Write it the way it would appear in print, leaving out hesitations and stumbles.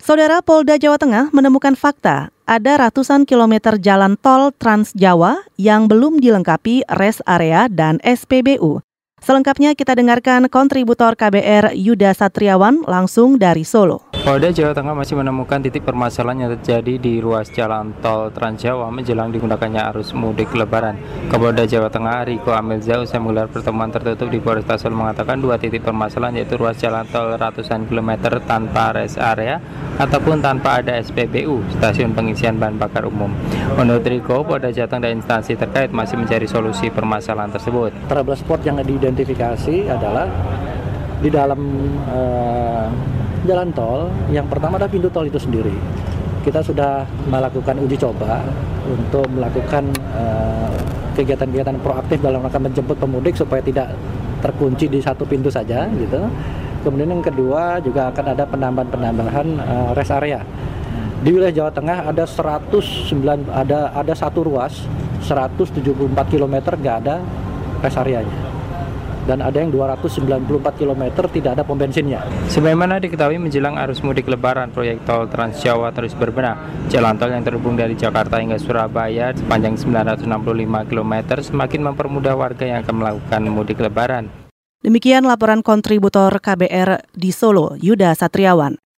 Saudara, Polda Jawa Tengah menemukan fakta ada ratusan kilometer jalan tol Trans Jawa yang belum dilengkapi rest area dan SPBU. Selengkapnya kita dengarkan kontributor KBR Yuda Satriawan langsung dari Solo. Polda Jawa Tengah masih menemukan titik permasalahan yang terjadi di ruas jalan tol Trans Jawa menjelang digunakannya arus mudik Lebaran. Kapolda Jawa Tengah Riko Amelza usai menggelar pertemuan tertutup di Polresta Solo mengatakan dua titik permasalahan yaitu ruas jalan tol ratusan kilometer tanpa rest area ataupun tanpa ada SPBU, stasiun pengisian bahan bakar umum. Menurut Riko, Polda Jateng dan instansi terkait masih mencari solusi permasalahan tersebut. Trouble spot yang diidentifikasi adalah di dalam jalan tol, yang pertama adalah pintu tol itu sendiri. Kita sudah melakukan uji coba untuk melakukan kegiatan-kegiatan proaktif dalam rangka menjemput pemudik supaya tidak terkunci di satu pintu saja, gitu. Kemudian yang kedua juga akan ada penambahan rest area. Di wilayah Jawa Tengah ada 109 ada satu ruas 174 km nggak ada rest areanya. Dan ada yang 294 km tidak ada pom bensinnya. Sebagaimana diketahui menjelang arus mudik Lebaran, proyek tol Trans Jawa terus berbenah. Jalan tol yang terhubung dari Jakarta hingga Surabaya sepanjang 965 km semakin mempermudah warga yang akan melakukan mudik Lebaran. Demikian laporan kontributor KBR di Solo, Yuda Satriawan.